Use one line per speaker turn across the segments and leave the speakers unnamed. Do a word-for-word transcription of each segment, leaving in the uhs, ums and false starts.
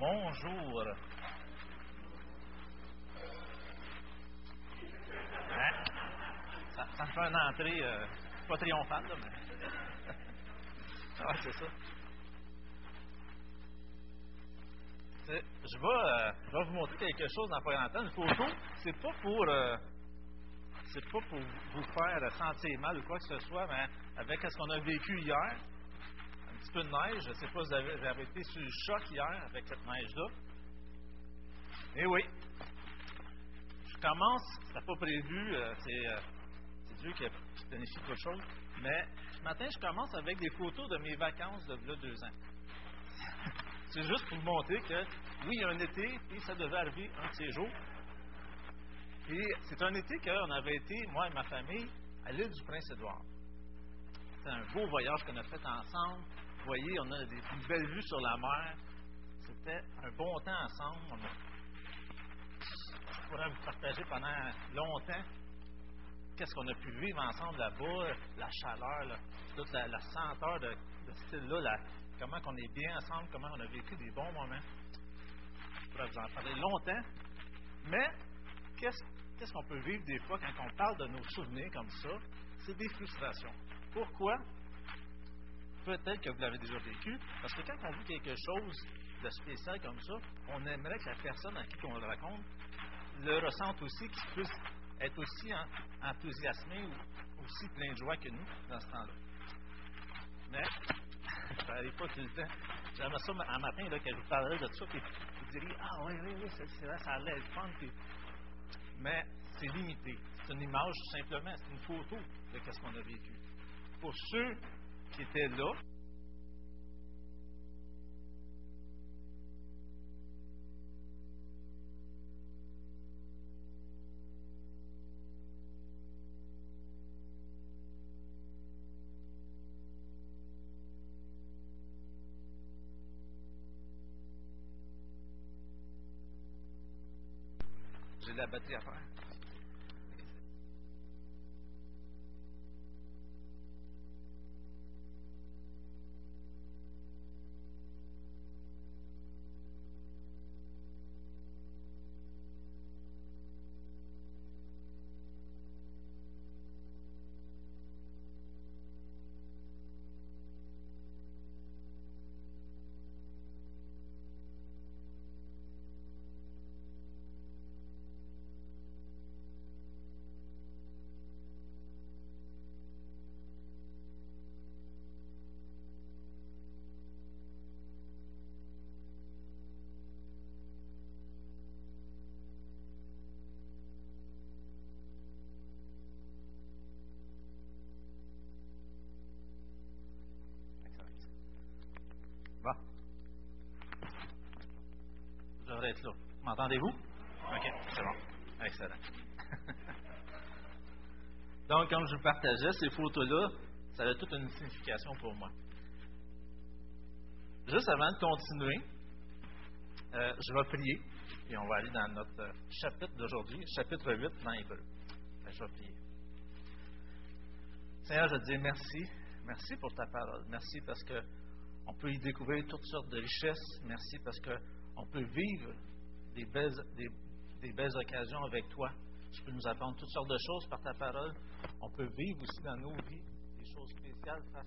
Bonjour. Hein? Ça, ça me fait une entrée euh, pas triomphale, là, mais. Ah, c'est ça. C'est- Je vais, euh, je vais vous montrer quelque chose dans pas longtemps. Une photo, c'est pas pour. euh, c'est pas pour vous faire sentir mal ou quoi que ce soit, mais avec ce qu'on a vécu hier, un petit peu de neige, je ne sais pas si vous avez, vous avez été sur le choc hier avec cette neige-là. Eh oui, je commence, c'était pas prévu, euh, c'est, euh, c'est Dieu qui a qui planifie quelque chose, mais ce matin, je commence avec des photos de mes vacances de là, deux ans. C'est juste pour vous montrer que, oui, il y a un été, puis ça devait arriver un de ces jours. Puis c'est un été qu'on avait été, moi et ma famille, à l'île du Prince-Édouard. C'est un beau voyage qu'on a fait ensemble. Vous voyez, on a des, une belle vue sur la mer. C'était un bon temps ensemble. On a, je pourrais vous partager pendant longtemps qu'est-ce qu'on a pu vivre ensemble là-bas, la chaleur, là, toute la, la senteur de, de ce style-là, la, comment on est bien ensemble, comment on a vécu des bons moments. Je pourrais vous en parler longtemps. Mais qu'est-ce, qu'est-ce qu'on peut vivre des fois quand on parle de nos souvenirs comme ça? C'est des frustrations. Pourquoi? Peut-être que vous l'avez déjà vécu, parce que quand on vit quelque chose de spécial comme ça, on aimerait que la personne à qui on le raconte le ressente aussi, qu'il puisse être aussi en, enthousiasmé ou aussi plein de joie que nous dans ce temps-là. Mais, ça n'arrive pas tout le temps. J'aimerais ça un matin là, que je vous parlerai de ça, puis vous diriez, ah oui, oui, oui, c'est, c'est vrai, ça allait être fun, puis... Mais c'est limité. C'est une image, tout simplement, c'est une photo de ce qu'on a vécu. Pour ceux qui étaient là, j'ai de la batterie à faire. Bon, je devrais être là. M'entendez-vous? OK, c'est bon. Excellent. Donc, comme je vous partageais, ces photos-là, ça a toute une signification pour moi. Juste avant de continuer, euh, je vais prier, et on va aller dans notre euh, chapitre d'aujourd'hui, chapitre huit dans Hébreu. Ben, je vais prier. Seigneur, je te dis merci. Merci pour ta parole. Merci parce que on peut y découvrir toutes sortes de richesses. Merci parce qu'on peut vivre des belles, des, des belles occasions avec toi. Tu peux nous apprendre toutes sortes de choses par ta parole. On peut vivre aussi dans nos vies des choses spéciales face,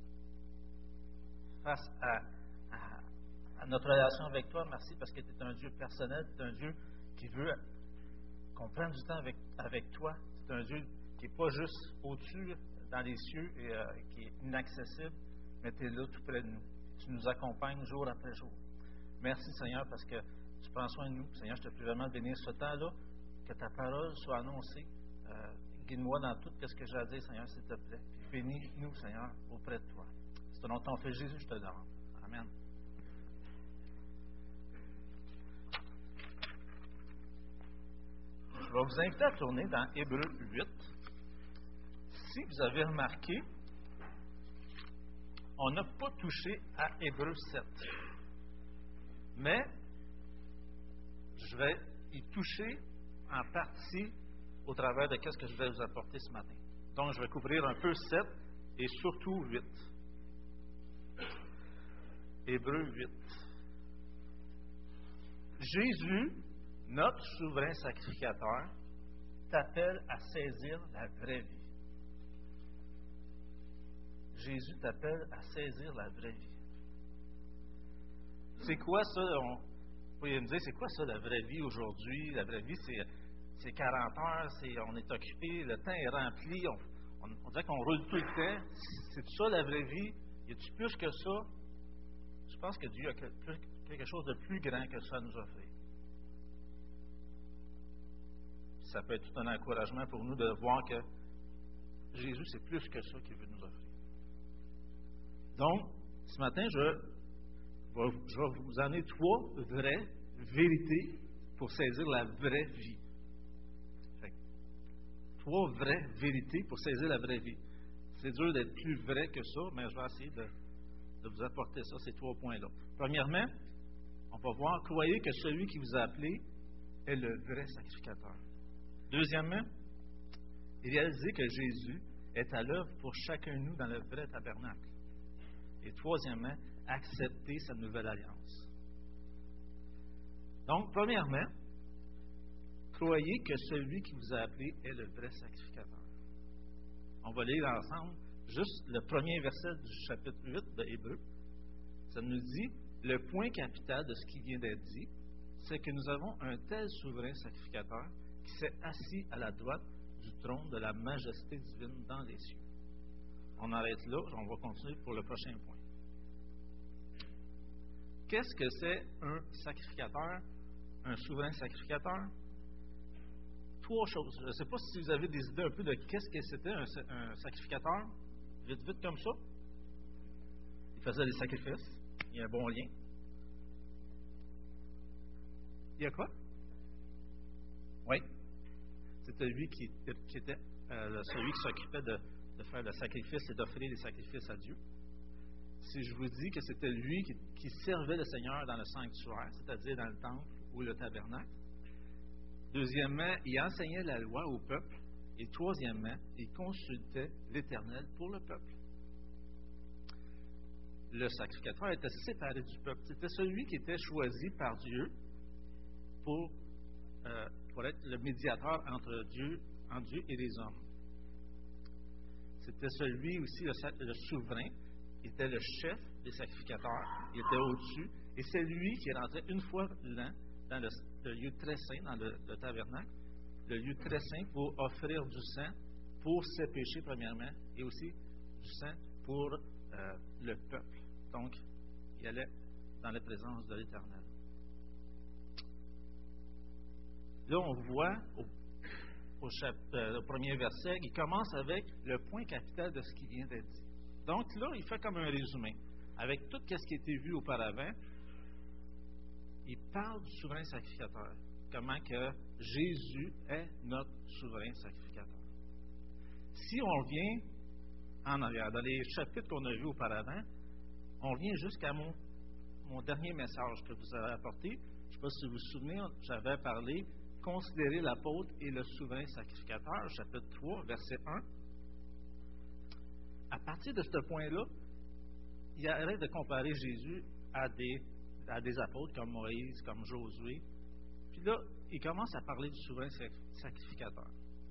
face à, à, à notre relation avec toi. Merci parce que tu es un Dieu personnel. Tu es un Dieu qui veut qu'on prenne du temps avec, avec toi. C'est un Dieu qui n'est pas juste au-dessus dans les cieux et euh, qui est inaccessible, mais tu es là tout près de nous. Tu nous accompagnes jour après jour. Merci Seigneur parce que tu prends soin de nous. Seigneur, je te prie vraiment de bénir ce temps-là, que ta parole soit annoncée. Euh, guide-moi dans tout ce que j'ai à dire, Seigneur, s'il te plaît. Puis bénis-nous, Seigneur, auprès de toi. C'est au nom de ton Fils Jésus, je te le demande. Amen. Je vais vous inviter à tourner dans Hébreu huit. Si vous avez remarqué, on n'a pas touché à Hébreu sept. Mais je vais y toucher en partie au travers de ce que je vais vous apporter ce matin. Donc, je vais couvrir un peu sept et surtout huit. Hébreu huit. Jésus, notre souverain sacrificateur, t'appelle à saisir la vraie vie. Jésus t'appelle à saisir la vraie vie. C'est quoi ça? On, vous pouvez me dire, c'est quoi ça la vraie vie aujourd'hui? La vraie vie, c'est, c'est quarante heures, c'est, on est occupé, le temps est rempli, on, on, on dirait qu'on roule tout le temps. C'est ça la vraie vie? Y a-t-il plus que ça? Je pense que Dieu a quelque chose de plus grand que ça à nous offrir. Ça peut être tout un encouragement pour nous de voir que Jésus, c'est plus que ça qu'il veut nous offrir. Donc, ce matin, je vais, je vais vous en donner trois vraies vérités pour saisir la vraie vie. Fait, trois vraies vérités pour saisir la vraie vie. C'est dur d'être plus vrai que ça, mais je vais essayer de, de vous apporter ça, ces trois points-là. Premièrement, on va voir, croyez que celui qui vous a appelé est le vrai sacrificateur. Deuxièmement, réalisez que Jésus est à l'œuvre pour chacun de nous dans le vrai tabernacle. Et troisièmement, acceptez sa nouvelle alliance. Donc, premièrement, croyez que celui qui vous a appelé est le vrai sacrificateur. On va lire ensemble juste le premier verset du chapitre huit de Hébreux. Ça nous dit, le point capital de ce qui vient d'être dit, c'est que nous avons un tel souverain sacrificateur qui s'est assis à la droite du trône de la majesté divine dans les cieux. On arrête là, on va continuer pour le prochain point. Qu'est-ce que c'est un sacrificateur, un souverain sacrificateur? Trois choses. Je ne sais pas si vous avez des idées un peu de qu'est-ce que c'était un, un sacrificateur. Vite, vite comme ça. Il faisait des sacrifices. Il y a un bon lien. Il y a quoi? Oui. C'était lui qui, qui était euh, celui qui s'occupait de, de faire le sacrifice et d'offrir les sacrifices à Dieu. Si je vous dis que c'était lui qui, qui servait le Seigneur dans le sanctuaire, c'est-à-dire dans le temple ou le tabernacle. Deuxièmement, il enseignait la loi au peuple. Et troisièmement, il consultait l'Éternel pour le peuple. Le sacrificateur était séparé du peuple. C'était celui qui était choisi par Dieu pour, euh, pour être le médiateur entre Dieu, entre Dieu et les hommes. C'était celui aussi, le, le souverain. Il était le chef des sacrificateurs. Il était au-dessus. Et c'est lui qui rentrait une fois l'an dans le, le lieu très saint, dans le, le tabernacle, le lieu très saint pour offrir du sang pour ses péchés, premièrement, et aussi du sang pour euh, le peuple. Donc, il allait dans la présence de l'Éternel. Là, on voit au, au, chapitre, euh, au premier verset, il commence avec le point capital de ce qui vient d'être dit. Donc là, il fait comme un résumé. Avec tout ce qui a été vu auparavant, il parle du souverain sacrificateur. Comment que Jésus est notre souverain sacrificateur. Si on revient en arrière, dans les chapitres qu'on a vus auparavant, on revient jusqu'à mon, mon dernier message que vous avez apporté. Je ne sais pas si vous vous souvenez, j'avais parlé « Considérer l'apôtre et le souverain sacrificateur », chapitre trois, verset un. À partir de ce point-là, il arrête de comparer Jésus à des, à des apôtres comme Moïse, comme Josué. Puis là, il commence à parler du souverain sacrificateur.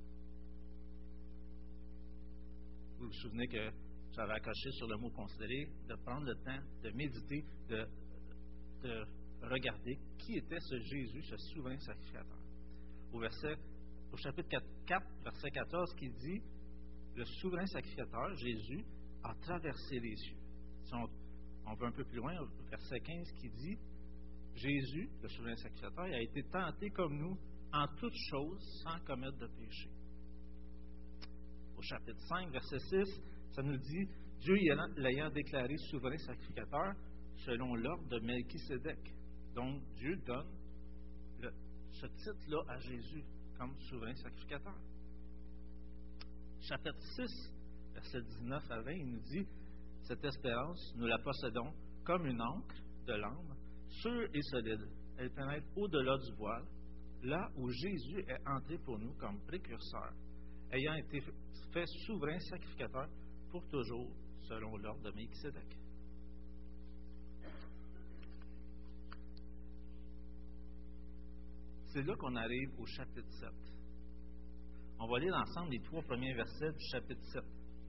Vous vous souvenez que j'avais accroché sur le mot considérer, de prendre le temps de méditer, de, de regarder qui était ce Jésus, ce souverain sacrificateur. Au, verset, au chapitre quatre, verset quatorze, qui dit le souverain sacrificateur, Jésus, a traversé les cieux. Si on, on va un peu plus loin, au verset quinze, qui dit Jésus, le souverain sacrificateur, a été tenté comme nous en toutes choses sans commettre de péché. Au chapitre cinq, verset six, ça nous dit Dieu l'ayant déclaré souverain sacrificateur selon l'ordre de Melchisédek. Donc, Dieu donne le, ce titre-là à Jésus comme souverain sacrificateur. Chapitre six, verset dix-neuf à vingt, il nous dit cette espérance, nous la possédons comme une ancre de l'âme, sûre et solide. Elle pénètre au-delà du voile, là où Jésus est entré pour nous comme précurseur, ayant été fait souverain sacrificateur pour toujours, selon l'ordre de Melchisédek. c'est là qu'on arrive au chapitre sept. On va lire ensemble les trois premiers versets du chapitre sept.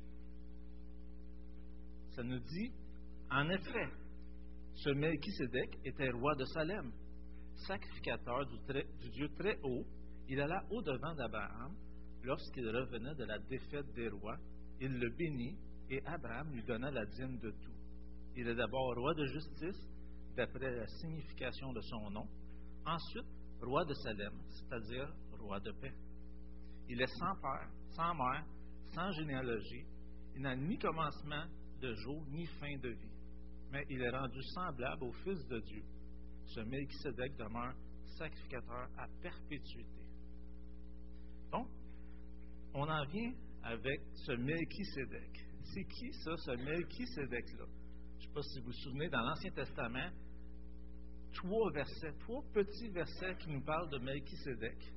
Ça nous dit, en effet, ce Melchisédek était roi de Salem, sacrificateur du, très, du Dieu très haut. Il alla au-devant d'Abraham lorsqu'il revenait de la défaite des rois. Il le bénit et Abraham lui donna la dîme de tout. Il est d'abord roi de justice, d'après la signification de son nom. Ensuite, roi de Salem, c'est-à-dire roi de paix. Il est sans père, sans mère, sans généalogie. Il n'a ni commencement de jour, ni fin de vie. Mais il est rendu semblable au Fils de Dieu. Ce Melchisédek demeure sacrificateur à perpétuité. Donc, on en vient avec ce Melchisédek. C'est qui ça, ce Melchisédek-là? Je ne sais pas si vous vous souvenez, dans l'Ancien Testament, trois versets, trois petits versets qui nous parlent de Melchisédek.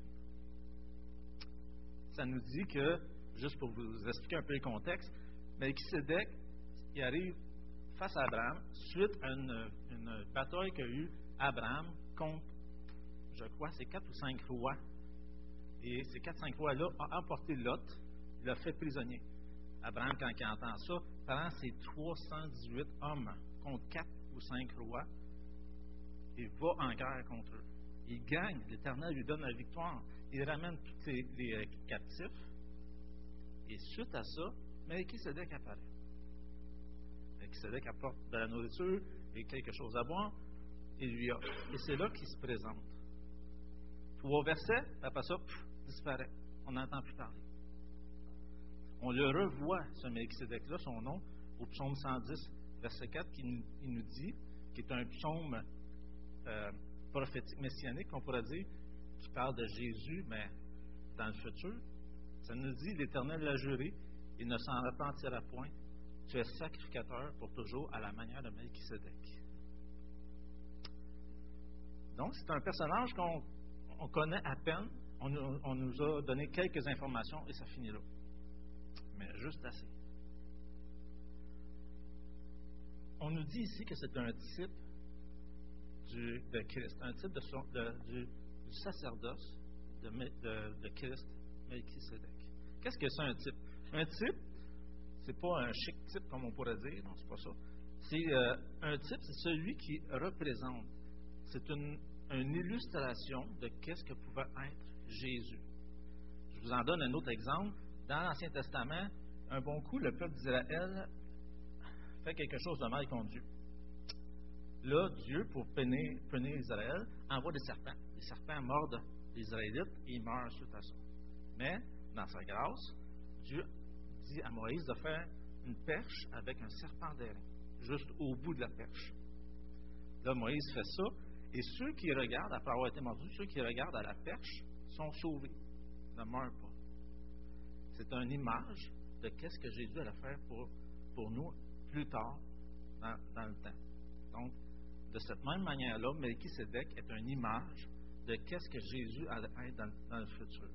Ça nous dit que, juste pour vous expliquer un peu le contexte, Melchisédek, il arrive face à Abraham suite à une, une bataille qu'a eue Abraham contre, je crois, c'est quatre ou cinq rois. Et ces quatre ou cinq rois-là ont emporté Lot, il l'a fait prisonnier. Abraham, quand il entend ça, prend ses trois cent dix-huit hommes contre quatre ou cinq rois et va en guerre contre eux. Il gagne, l'Éternel lui donne la victoire. Il ramène tous les, les captifs. Et suite à ça, Melchisédek apparaît. Melchisédek apporte de la nourriture et quelque chose à boire et lui offre. Et c'est là qu'il se présente. Trois versets, après ça, pff, disparaît. On n'entend plus parler. On le revoit, ce Melchisédek-là, son nom, au psaume cent dix, verset quatre, qui nous, il nous dit, qui est un psaume euh, prophétique, messianique, on pourrait dire, qui parle de Jésus, mais dans le futur. Ça nous dit, l'Éternel l'a juré, il ne s'en repentira point. Tu es sacrificateur pour toujours à la manière de Melchisédek. Donc, c'est un personnage qu'on on connaît à peine. On, on nous a donné quelques informations et ça finit là. Mais juste assez. On nous dit ici que c'est un type du, de Christ, un type de son, de, du, du sacerdoce de, de, de Christ, Melchisédek. Qu'est-ce que c'est un type? Un type, c'est pas un chic type comme on pourrait dire, non, c'est pas ça. C'est euh, un type, c'est celui qui représente. C'est une, une illustration de qu'est-ce que pouvait être Jésus. Je vous en donne un autre exemple. Dans l'Ancien Testament, un bon coup, le peuple d'Israël fait quelque chose de mal contre Dieu. Là, Dieu, pour punir, punir Israël, envoie des serpents. Les serpents mordent les Israélites et ils meurent suite à ça. Mais, dans sa grâce, Dieu dit à Moïse de faire une perche avec un serpent d'airain, juste au bout de la perche. Là, Moïse fait ça, et ceux qui regardent, après avoir été mordus, ceux qui regardent à la perche sont sauvés, ne meurent pas. C'est une image de qu'est-ce que Jésus allait faire pour, pour nous plus tard dans, dans le temps. Donc, de cette même manière-là, Melchisédek est une image de qu'est-ce que Jésus allait être dans, dans le futur.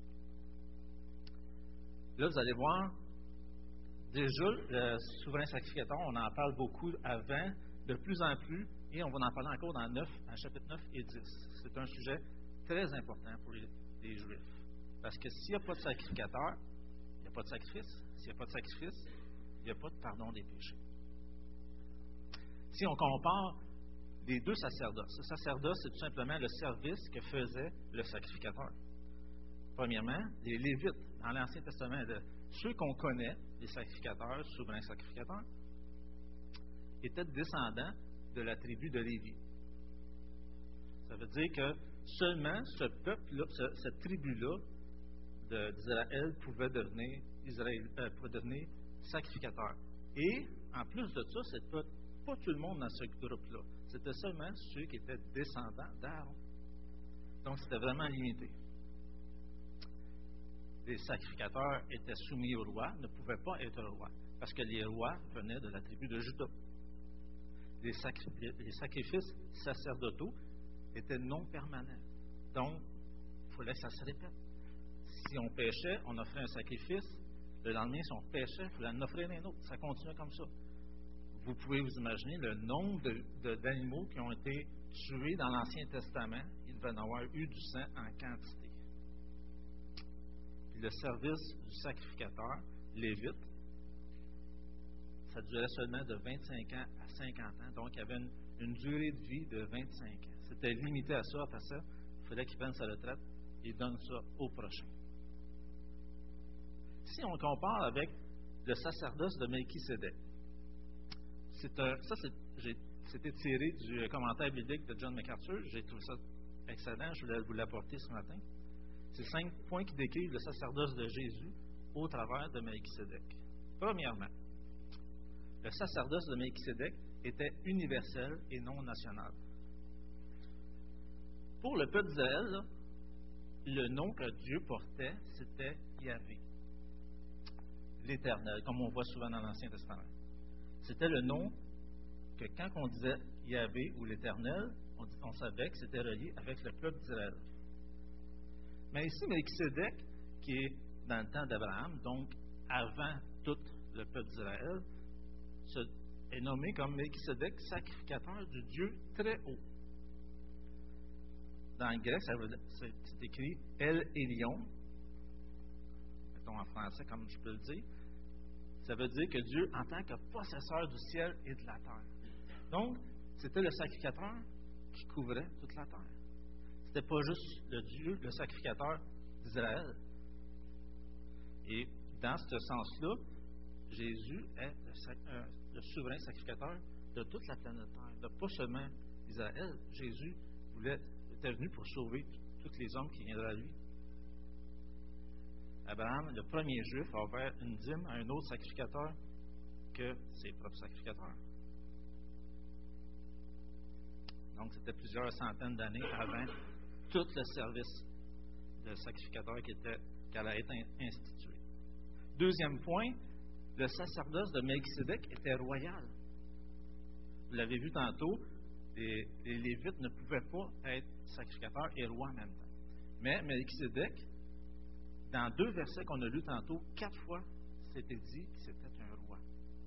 Là, vous allez voir, déjà, le souverain sacrificateur, on en parle beaucoup avant, de plus en plus, et on va en parler encore dans neuf, dans chapitre neuf et dix. C'est un sujet très important pour les, les Juifs. Parce que s'il n'y a pas de sacrificateur, il n'y a pas de sacrifice. S'il n'y a pas de sacrifice, il n'y a pas de pardon des péchés. Si on compare les deux sacerdoces, le sacerdoce, c'est tout simplement le service que faisait le sacrificateur. Premièrement, les Lévites, dans l'Ancien Testament, de, ceux qu'on connaît, les sacrificateurs, souverains sacrificateurs, étaient descendants de la tribu de Lévi. Ça veut dire que seulement ce peuple-là, ce, cette tribu-là de, d'Israël pouvait devenir, Israël, euh, pouvait devenir sacrificateur. Et, en plus de ça, c'était pas, pas tout le monde dans ce groupe-là. C'était seulement ceux qui étaient descendants d'Aaron. Donc, c'était vraiment limité. Les sacrificateurs étaient soumis au roi, ne pouvaient pas être rois, parce que les rois venaient de la tribu de Juda. Les, sacri- les sacrifices sacerdotaux étaient non permanents. Donc, il fallait que ça se répète. Si on péchait, on offrait un sacrifice. Le lendemain, si on péchait, il fallait en offrir un autre. Ça continuait comme ça. Vous pouvez vous imaginer le nombre de, de, d'animaux qui ont été tués dans l'Ancien Testament. Il devait en avoir eu du sang en quantité. Puis le service du sacrificateur, Lévite, ça durait seulement de vingt-cinq ans à cinquante ans. Donc, il y avait une, une durée de vie de vingt-cinq ans. C'était limité à ça. Après ça, il fallait qu'il prenne sa retraite et donne ça au prochain. Si on compare avec le sacerdoce de Melchisédek, c'est un, ça, c'est, j'ai, c'était tiré du commentaire biblique de John MacArthur. J'ai trouvé ça excellent. Je voulais vous l'apporter ce matin. C'est cinq points qui décrivent le sacerdoce de Jésus au travers de Melchisédek. Premièrement, le sacerdoce de Melchisédek était universel et non national. Pour le peuple d'Israël, le nom que Dieu portait, c'était Yahvé, l'Éternel, comme on voit souvent dans l'Ancien Testament. C'était le nom que quand on disait Yahvé ou l'Éternel, on, on savait que c'était relié avec le peuple d'Israël. Mais ici, Melchisédek, qui est dans le temps d'Abraham, donc avant tout le peuple d'Israël, est nommé comme Melchisédek, sacrificateur du Dieu très haut. Dans le grec, ça veut, c'est, c'est écrit El Elyon, mettons en français comme je peux le dire. Ça veut dire que Dieu, en tant que possesseur du ciel et de la terre. Donc, c'était le sacrificateur qui couvrait toute la terre. C'était pas juste le Dieu, le sacrificateur d'Israël. Et dans ce sens-là, Jésus est le, euh, le souverain sacrificateur de toute la planète Terre, de pas seulement Israël. Jésus voulait, était venu pour sauver tous les hommes qui viendraient à lui. Abraham, le premier juif, a offert une dîme à un autre sacrificateur que ses propres sacrificateurs. Donc, c'était plusieurs centaines d'années avant tout le service de sacrificateur qui, était, qui allait être institué. Deuxième point, le sacerdoce de Melchisédek était royal. Vous l'avez vu tantôt, les, les Lévites ne pouvaient pas être sacrificateurs et rois en même temps. Mais Melchisédek, dans deux versets qu'on a lus tantôt, quatre fois, c'était dit que c'était un roi.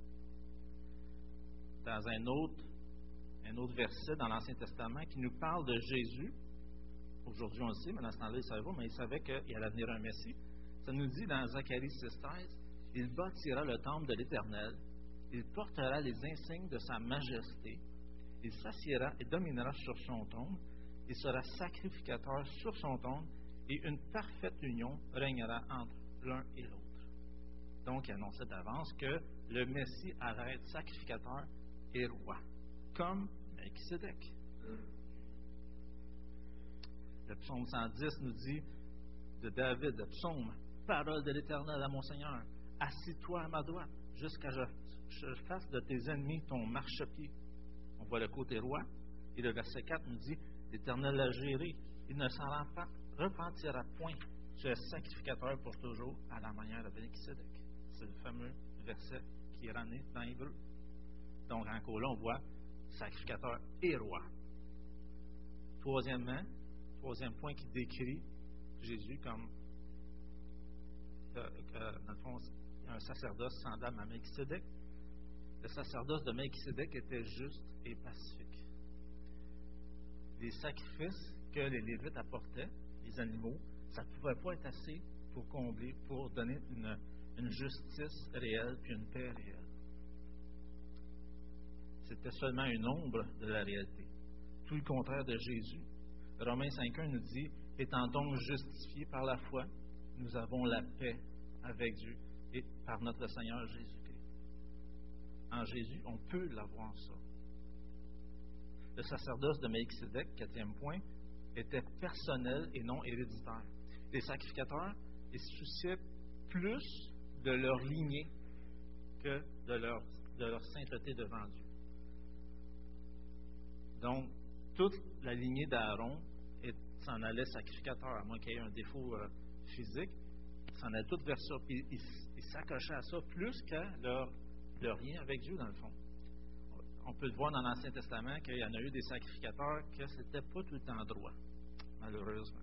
Dans un autre, un autre verset dans l'Ancien Testament qui nous parle de Jésus, aujourd'hui on le sait, mais dans ce temps-là, il ne savait pas, mais il savait qu'il allait venir un Messie. Ça nous dit dans Zacharie six treize, « Il bâtira le temple de l'Éternel, il portera les insignes de sa majesté, il s'assiera et dominera sur son trône, il sera sacrificateur sur son trône, et une parfaite union régnera entre l'un et l'autre. » Donc, il annonçait d'avance que le Messie allait être sacrificateur et roi, comme Melchisédek. Le psaume cent dix nous dit de David, le psaume, « Parole de l'Éternel à mon Seigneur, assis-toi à ma droite, jusqu'à ce que je fasse de tes ennemis ton marchepied. » On voit le côté roi. Et le verset quatre nous dit, « L'Éternel l'a géré, il ne s'en repentira point. Tu es sacrificateur pour toujours à la manière de Melchisédek. » C'est le fameux verset qui est ramené dans Hébreu. Donc, encore là, on voit sacrificateur et roi. Troisièmement, troisième point qui décrit Jésus comme, euh, euh, dans le fond, un sacerdoce semblable à Melchisédek. Le sacerdoce de Melchisédek était juste et pacifique. Les sacrifices que les Lévites apportaient, les animaux, ça ne pouvait pas être assez pour combler, pour donner une, une justice réelle puis une paix réelle. C'était seulement une ombre de la réalité. Tout le contraire de Jésus. Romains cinq un nous dit, « Étant donc justifiés par la foi, nous avons la paix avec Dieu et par notre Seigneur Jésus-Christ. » En Jésus, on peut l'avoir ça. Le sacerdoce de Melchisédek, quatrième point, était personnel et non héréditaire. Les sacrificateurs, ils se souciaient plus de leur lignée que de leur, de leur sainteté devant Dieu. Donc, toute la lignée d'Aaron s'en allait sacrificateur, à moins qu'il y ait un défaut euh, physique, s'en allait tout vers ça. Puis ils il s'accrochaient à ça plus qu'à leur, leur lien avec Dieu, dans le fond. On peut le voir dans l'Ancien Testament qu'il y en a eu des sacrificateurs que c'était pas tout le temps droit, malheureusement.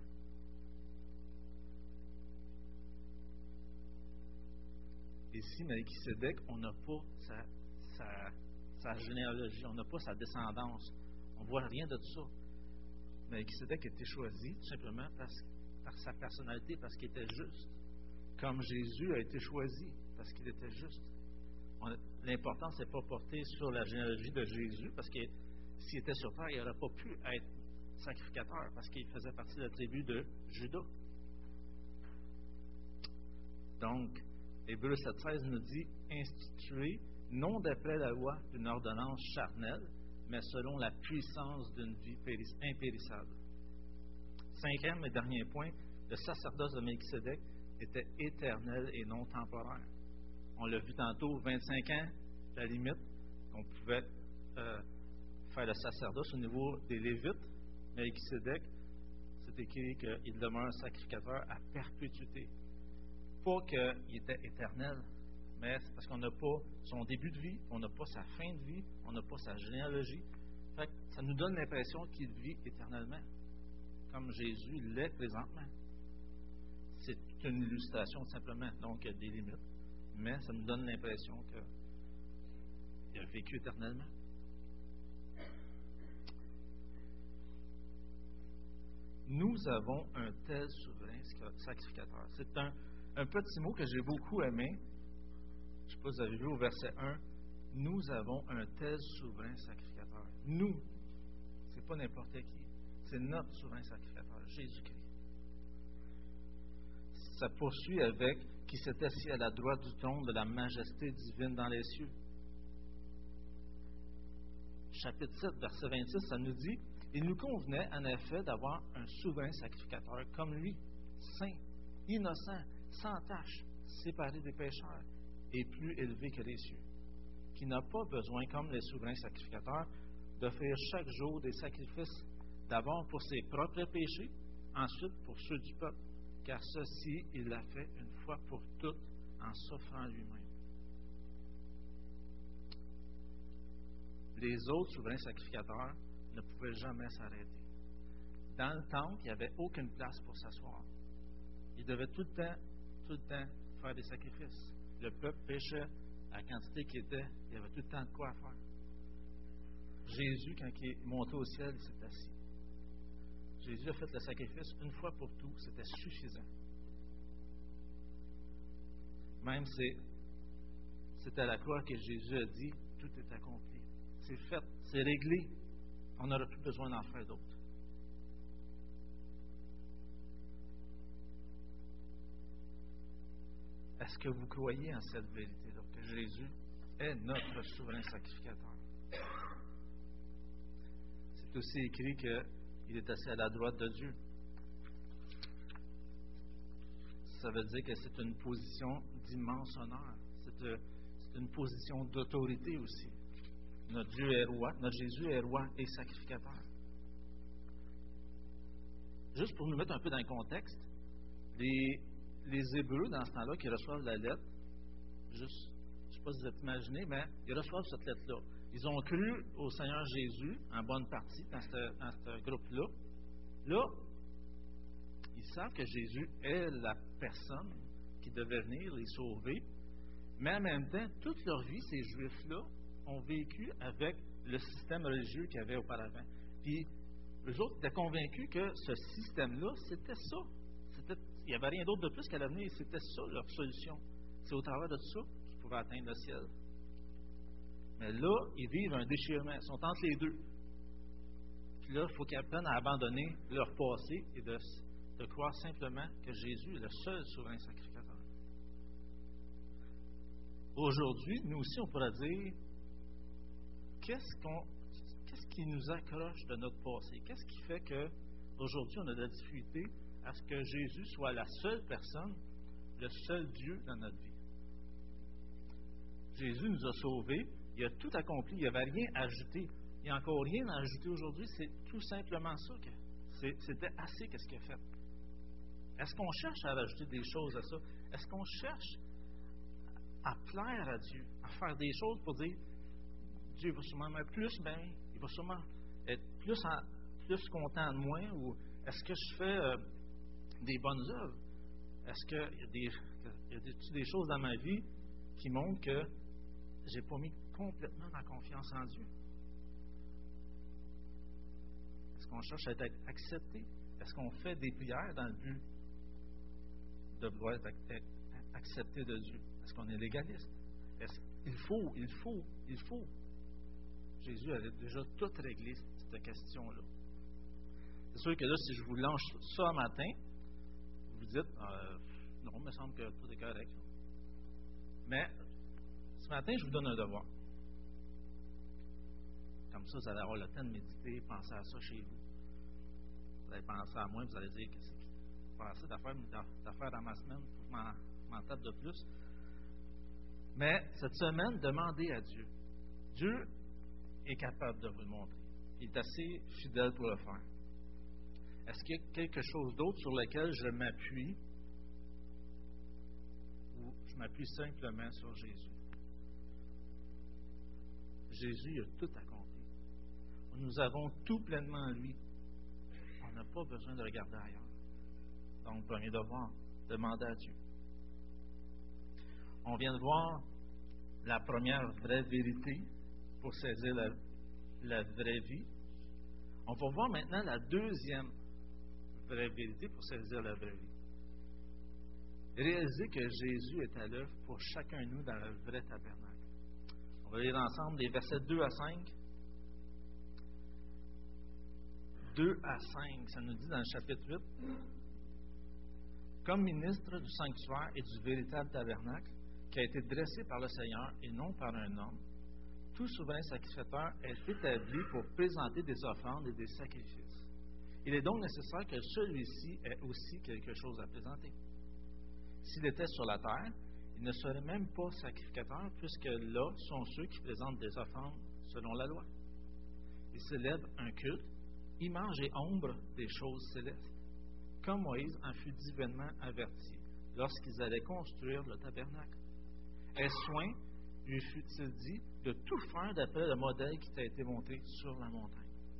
Ici, Melchisédek, on n'a pas sa, sa, sa généalogie, on n'a pas sa descendance. On ne voit rien de tout ça. Melchisédek était choisi tout simplement parce, par sa personnalité, parce qu'il était juste. Comme Jésus a été choisi parce qu'il était juste. L'important, ce n'est pas porté sur la généalogie de Jésus, parce que s'il était sur terre, il n'aurait pas pu être sacrificateur, parce qu'il faisait partie de la tribu de Juda. Donc, Hébreux sept seize nous dit « Institué, non d'après la loi d'une ordonnance charnelle, mais selon la puissance d'une vie impérissable. » Cinquième et dernier point, le sacerdoce de Melchisédek était éternel et non temporaire. On l'a vu tantôt, vingt-cinq ans, la limite, on pouvait euh, faire le sacerdoce au niveau des Lévites. Melchisédek, c'est écrit qu'il demeure un sacrificateur à perpétuité. Pas qu'il était éternel, mais c'est parce qu'on n'a pas son début de vie, on n'a pas sa fin de vie, on n'a pas sa généalogie. Fait que ça nous donne l'impression qu'il vit éternellement, comme Jésus l'est présentement. C'est une illustration simplement, donc il y a des limites, mais ça nous donne l'impression qu'il a vécu éternellement. Nous avons un tel souverain sacrificateur. C'est un, un petit mot que j'ai beaucoup aimé. Je ne sais pas si vous avez vu au verset un. Nous avons un tel souverain sacrificateur. Nous, ce n'est pas n'importe qui. C'est notre souverain sacrificateur, Jésus-Christ. Ça poursuit avec qui s'est assis à la droite du trône de la majesté divine dans les cieux. Chapitre sept, verset vingt-six, ça nous dit « Il nous convenait en effet d'avoir un souverain sacrificateur comme lui, saint, innocent, sans tache, séparé des pécheurs et plus élevé que les cieux, qui n'a pas besoin, comme les souverains sacrificateurs, d'offrir chaque jour des sacrifices, d'abord pour ses propres péchés, ensuite pour ceux du peuple, car ceci, il l'a fait une fois pour toutes en s'offrant lui-même. » Les autres souverains sacrificateurs ne pouvaient jamais s'arrêter. Dans le temple, il n'y avait aucune place pour s'asseoir. Ils devaient tout le temps, tout le temps faire des sacrifices. Le peuple péchait à la quantité qu'il était, il y avait tout le temps de quoi faire. Jésus, quand il est monté au ciel, il s'est assis. Jésus a fait le sacrifice une fois pour tout, c'était suffisant. Même c'est, c'est à la croix que Jésus a dit, tout est accompli. C'est fait, c'est réglé. On n'aura plus besoin d'en faire d'autres. Est-ce que vous croyez en cette vérité-là, que Jésus est notre souverain sacrificateur? C'est aussi écrit qu'il est assis à la droite de Dieu. Ça veut dire que c'est une position d'immense honneur. C'est une position d'autorité aussi. Notre Dieu est roi, notre Jésus est roi et sacrificateur. Juste pour nous mettre un peu dans le contexte, les, les Hébreux, dans ce temps-là, qui reçoivent la lettre, juste, je ne sais pas si vous êtes imaginé, mais ils reçoivent cette lettre-là. Ils ont cru au Seigneur Jésus, en bonne partie, dans ce, dans ce groupe-là. Là, ils savent que Jésus est la personne qui devait venir les sauver, mais en même temps, toute leur vie, ces Juifs-là ont vécu avec le système religieux qu'il y avait auparavant. Puis, eux autres étaient convaincus que ce système-là, c'était ça. C'était, il n'y avait rien d'autre de plus qu'à l'avenir. C'était ça, leur solution. C'est au travers de ça qu'ils pouvaient atteindre le ciel. Mais là, ils vivent un déchirement. Ils sont entre les deux. Puis là, il faut qu'ils apprennent à abandonner leur passé et de, de croire simplement que Jésus est le seul souverain sacrificateur. Aujourd'hui, nous aussi, on pourrait dire Qu'est-ce, qu'on, qu'est-ce qui nous accroche de notre passé? Qu'est-ce qui fait qu'aujourd'hui, on a de la difficulté à ce que Jésus soit la seule personne, le seul Dieu dans notre vie? Jésus nous a sauvés, il a tout accompli, il n'y avait rien à ajouter. Il n'y a encore rien à ajouter aujourd'hui, c'est tout simplement ça. Que c'est, c'était assez qu'est-ce qu'il a fait. Est-ce qu'on cherche à rajouter des choses à ça? Est-ce qu'on cherche à plaire à Dieu, à faire des choses pour dire Dieu va sûrement m'être plus bien, il va sûrement être plus, en, plus content de moi, ou est-ce que je fais euh, des bonnes œuvres? Est-ce qu'il y a, des, y a des, des choses dans ma vie qui montrent que je n'ai pas mis complètement ma confiance en Dieu? Est-ce qu'on cherche à être accepté? Est-ce qu'on fait des prières dans le but de vouloir être accepté de Dieu? Est-ce qu'on est légaliste? Est-ce, il faut, il faut, il faut. Jésus avait déjà tout réglé, cette question-là. C'est sûr que là, si je vous lance ça un matin, vous dites, euh, non, il me semble que tout est correct. Mais, ce matin, je vous donne un devoir. Comme ça, vous allez avoir le temps de méditer, penser à ça chez vous. Vous allez penser à moi, vous allez dire que c'est pas assez d'affaires, d'affaires dans ma semaine, il faut que je m'en, m'en tape de plus. Mais, cette semaine, demandez à Dieu. Dieu est capable de vous le montrer. Il est assez fidèle pour le faire. Est-ce qu'il y a quelque chose d'autre sur lequel je m'appuie ou je m'appuie simplement sur Jésus? Jésus a tout accompli. Nous avons tout pleinement en lui. On n'a pas besoin de regarder ailleurs. Donc, premier devoir, demander à Dieu. On vient de voir la première vraie vérité pour saisir la, la vraie vie. On va voir maintenant la deuxième vraie vérité pour saisir la vraie vie. Réaliser que Jésus est à l'œuvre pour chacun de nous dans le vrai tabernacle. On va lire ensemble les versets deux à cinq. deux à cinq, ça nous dit dans le chapitre huit. Comme ministre du sanctuaire et du véritable tabernacle qui a été dressé par le Seigneur et non par un homme, tout souverain sacrificateur est établi pour présenter des offrandes et des sacrifices. Il est donc nécessaire que celui-ci ait aussi quelque chose à présenter. S'il était sur la terre, il ne serait même pas sacrificateur, puisque là sont ceux qui présentent des offrandes selon la loi. Il s'élève un culte, image et ombre des choses célestes, comme Moïse en fut divinement averti lorsqu'ils allaient construire le tabernacle. Et soin lui fut-il dit de tout faire d'après le modèle qui t'a été montré sur la montagne.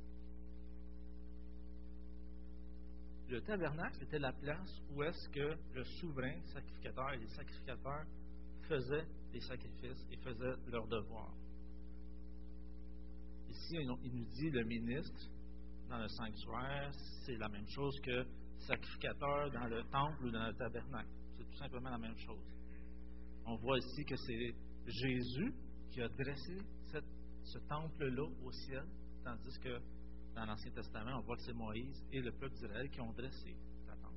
Le tabernacle était la place où est-ce que le souverain sacrificateur et les sacrificateurs faisaient des sacrifices et faisaient leur devoir. Ici, il nous dit le ministre dans le sanctuaire, c'est la même chose que sacrificateur dans le temple ou dans le tabernacle. C'est tout simplement la même chose. On voit ici que c'est Jésus qui a dressé cette, ce temple-là au ciel, tandis que dans l'Ancien Testament, on voit que c'est Moïse et le peuple d'Israël qui ont dressé la temple.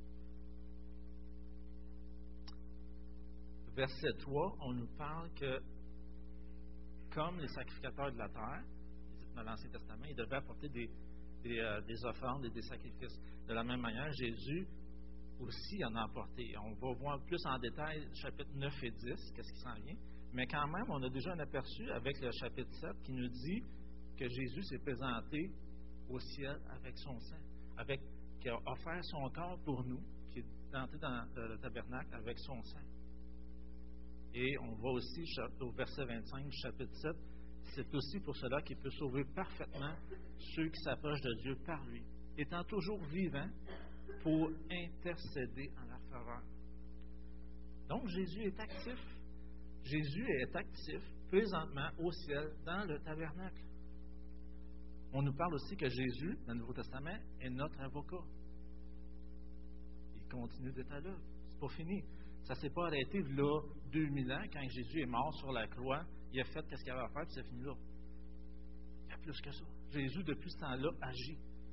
Verset trois, on nous parle que, comme les sacrificateurs de la terre, dans l'Ancien Testament, ils devaient apporter des, des, euh, des offrandes et des sacrifices. De la même manière, Jésus aussi en a apporté. On va voir plus en détail chapitres neuf et dix, qu'est-ce qui s'en vient. Mais quand même, on a déjà un aperçu avec le chapitre sept qui nous dit que Jésus s'est présenté au ciel avec son sang, avec, qui a offert son corps pour nous, qui est entré dans le tabernacle avec son sang. Et on voit aussi au verset vingt-cinq du chapitre sept, c'est aussi pour cela qu'il peut sauver parfaitement ceux qui s'approchent de Dieu par lui, étant toujours vivant pour intercéder en leur faveur. Donc Jésus est actif. Jésus est actif présentement au ciel dans le tabernacle. On nous parle aussi que Jésus, dans le Nouveau Testament, est notre avocat. Il continue d'être à l'œuvre. C'est pas fini. Ça ne s'est pas arrêté là deux mille ans, quand Jésus est mort sur la croix, il a fait ce qu'il avait à faire, puis c'est fini là. Il y a plus que ça. Jésus, depuis ce temps-là, agit.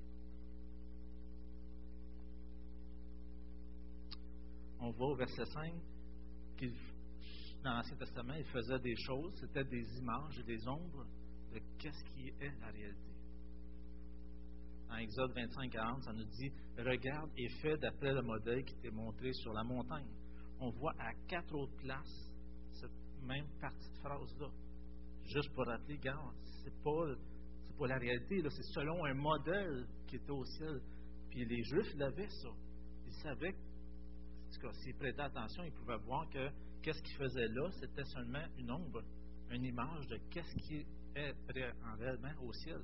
On voit au verset cinq qu'il, dans l'Ancien Testament, il faisait des choses, c'était des images et des ombres de qu'est-ce qui est la réalité. Dans Exode vingt-cinq quarante, ça nous dit « Regarde et fais d'après le modèle qui t'est montré sur la montagne. » On voit à quatre autres places cette même partie de phrase-là. Juste pour rappeler, regarde, c'est pas, c'est pas la réalité, là, c'est selon un modèle qui était au ciel. Puis les Juifs l'avaient, ça. Ils savaient, en tout cas, s'ils prêtaient attention, ils pouvaient voir que qu'est-ce qu'ils faisaient là, c'était seulement une ombre, une image de qu'est-ce qui est en réellement au ciel.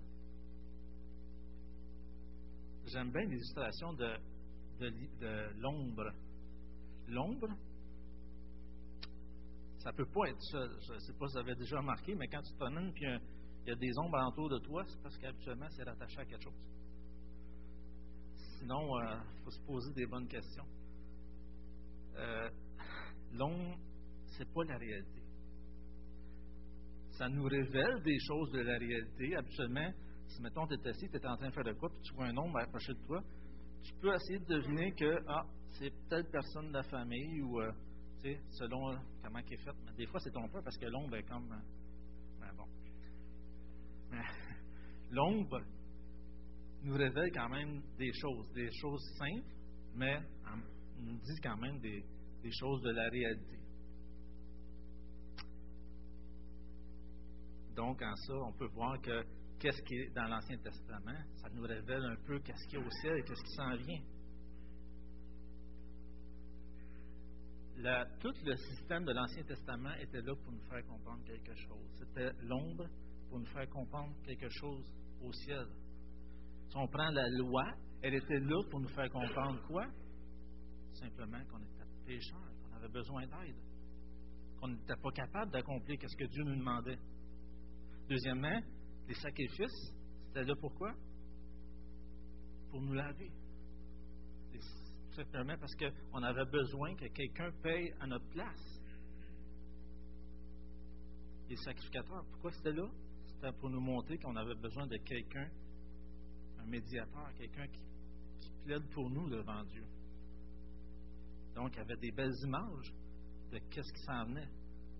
J'aime bien l'illustration de, de, de l'ombre. L'ombre, ça ne peut pas être seul. Je ne sais pas si vous avez déjà remarqué, mais quand tu te promènes et il y a des ombres alentour de toi, c'est parce qu'habituellement, c'est rattaché à quelque chose. sinon, il euh, faut se poser des bonnes questions. Euh, l'ombre, c'est pas la réalité. Ça nous révèle des choses de la réalité. Habituellement, si, mettons, tu es assis, tu es en train de faire de quoi, puis tu vois un ombre approcher de toi, tu peux essayer de deviner que, ah, c'est peut-être personne de la famille, ou, euh, tu sais, selon euh, comment il est fait. Mais des fois, c'est trompeur parce que l'ombre est comme... Euh, ben bon. Mais, l'ombre nous révèle quand même des choses, des choses simples, mais on nous dit quand même des, des choses de la réalité. Donc, en ça, on peut voir que qu'est-ce qui est dans l'Ancien Testament, ça nous révèle un peu qu'est-ce qu'il y a au ciel et qu'est-ce qui s'en vient. La, tout le système de l'Ancien Testament était là pour nous faire comprendre quelque chose. C'était l'ombre pour nous faire comprendre quelque chose au ciel. Si on prend la loi, elle était là pour nous faire comprendre quoi? Simplement qu'on était pécheurs, qu'on avait besoin d'aide, qu'on n'était pas capable d'accomplir ce que Dieu nous demandait. Deuxièmement, les sacrifices, c'était là pourquoi? Pour nous laver. Et tout simplement parce qu'on avait besoin que quelqu'un paye à notre place. Les sacrificateurs, pourquoi c'était là? C'était pour nous montrer qu'on avait besoin de quelqu'un, un médiateur, quelqu'un qui, qui plaide pour nous devant Dieu. Donc, il y avait des belles images de qu'est-ce qui s'en venait.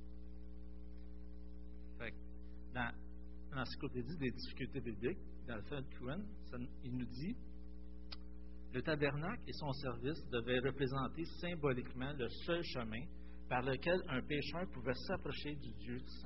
Fait que dans l'encyclopédie des difficultés bibliques, d'Alfred Cohen, ça, il nous dit le tabernacle et son service devaient représenter symboliquement le seul chemin par lequel un pécheur pouvait s'approcher du Dieu saint.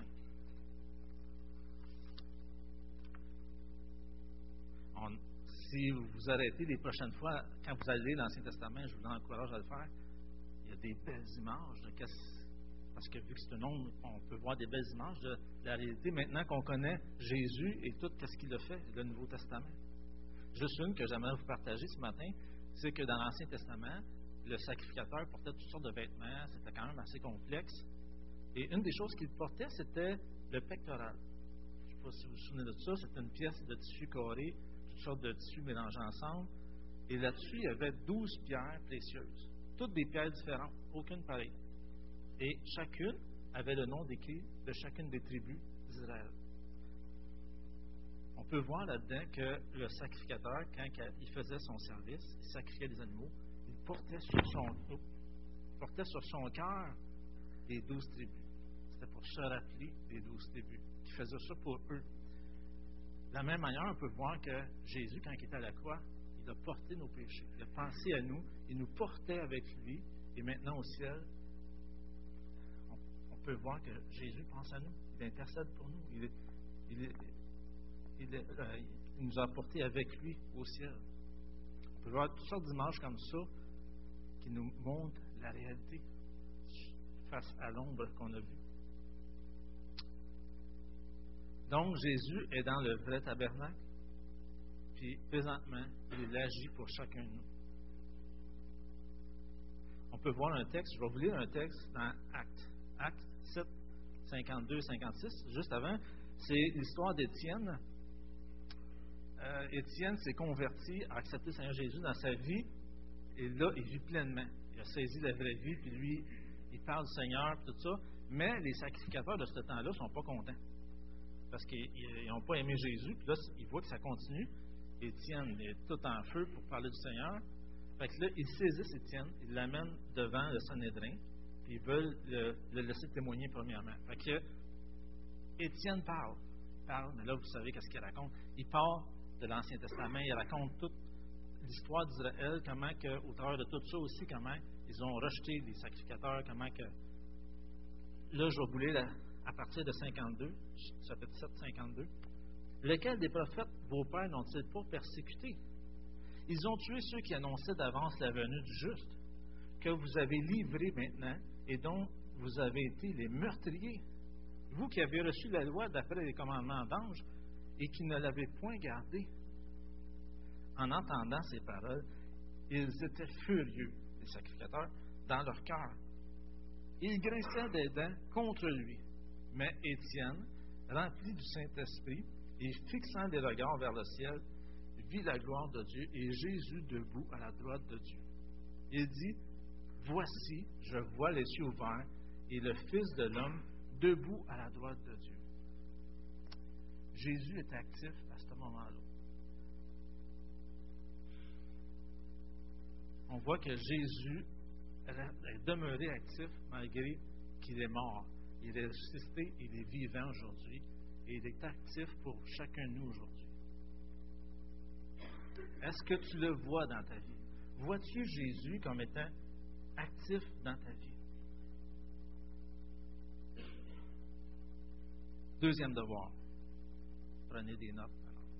On, si vous vous arrêtez les prochaines fois, quand vous allez lire l'Ancien Testament, je vous encourage à le faire, il y a des belles images de qu'est-ce parce que vu que c'est un nombre, on peut voir des belles images de la réalité. Maintenant qu'on connaît Jésus et tout ce qu'il a fait, le Nouveau Testament. Juste une que j'aimerais vous partager ce matin, c'est que dans l'Ancien Testament, le sacrificateur portait toutes sortes de vêtements, c'était quand même assez complexe. Et une des choses qu'il portait, c'était le pectoral. Je ne sais pas si vous vous souvenez de ça, c'était une pièce de tissu carré, toutes sortes de tissus mélangés ensemble. Et là-dessus, il y avait douze pierres précieuses. Toutes des pierres différentes, aucune pareille. Et chacune avait le nom décrit de chacune des tribus d'Israël. On peut voir là-dedans que le sacrificateur, quand il faisait son service, il sacrifiait des animaux, il portait sur son, oh, portait sur son cœur les douze tribus. C'était pour se rappeler des douze tribus, qui faisaient ça pour eux. De la même manière, on peut voir que Jésus, quand il était à la croix, il a porté nos péchés. Il a pensé à nous, il nous portait avec lui, et maintenant au ciel, on peut voir que Jésus pense à nous, il intercède pour nous, il, est, il, est, il, est, euh, il nous a portés avec lui au ciel. On peut voir toutes sortes d'images comme ça qui nous montrent la réalité face à l'ombre qu'on a vue. Donc, Jésus est dans le vrai tabernacle, puis présentement, il agit pour chacun de nous. On peut voir un texte, je vais vous lire un texte dans Actes. Actes sept, cinquante-deux cinquante-six, juste avant, c'est l'histoire d'Étienne. Euh, Étienne s'est converti, a accepté le Seigneur Jésus dans sa vie, et là, il vit pleinement. Il a saisi la vraie vie, puis lui, il parle du Seigneur, puis tout ça, mais les sacrificateurs de ce temps-là ne sont pas contents, parce qu'ils n'ont pas aimé Jésus, puis là, ils voient que ça continue. Étienne est tout en feu pour parler du Seigneur. Fait que là, ils saisissent Étienne, ils l'amènent devant le Sanhédrin, puis ils veulent le, le laisser témoigner premièrement. Fait que Étienne parle, parle, mais là, vous savez qu'est-ce qu'il raconte. Il part de l'Ancien Testament, il raconte toute l'histoire d'Israël, comment que, au travers de tout ça aussi, comment ils ont rejeté les sacrificateurs, comment que... Là, je vais vous lire à partir de cinquante-deux, chapitre sept, cinquante-deux. Lesquels des prophètes, vos pères, n'ont-ils pas persécutés? Ils ont tué ceux qui annonçaient d'avance la venue du juste, que vous avez livrés maintenant et dont vous avez été les meurtriers. Vous qui avez reçu la loi d'après les commandements d'ange et qui ne l'avez point gardée. En entendant ces paroles, ils étaient furieux, les sacrificateurs, dans leur cœur. Ils grinçaient des dents contre lui. Mais Étienne, rempli du Saint-Esprit et fixant des regards vers le ciel,
vit la gloire de Dieu et Jésus debout à la droite de Dieu. Il dit, voici, je vois les cieux ouverts et le Fils de l'homme debout à la droite de Dieu. Jésus est actif à ce moment-là. On voit que Jésus est demeuré actif malgré qu'il est mort. Il est ressuscité, il est vivant aujourd'hui et il est actif pour chacun de nous aujourd'hui. Est-ce que tu le vois dans ta vie? Vois-tu Jésus comme étant actif dans ta vie? Deuxième devoir. Prenez des notes.